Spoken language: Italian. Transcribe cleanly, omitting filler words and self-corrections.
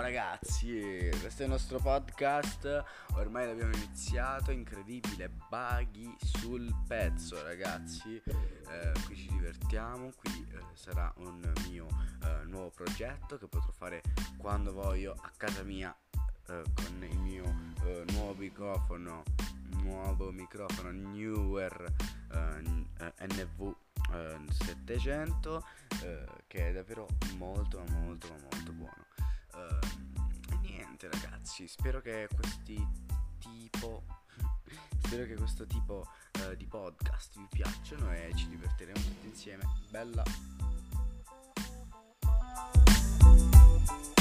ragazzi, questo è il nostro podcast, ormai l'abbiamo iniziato, incredibile, Baghi sul pezzo ragazzi, qui ci divertiamo, qui sarà un mio nuovo progetto che potrò fare quando voglio a casa mia con il mio nuovo microfono Newer NV 700 che è davvero molto buono. E niente ragazzi, spero che questo tipo di podcast vi piacciono e ci divertiremo tutti insieme. Bella.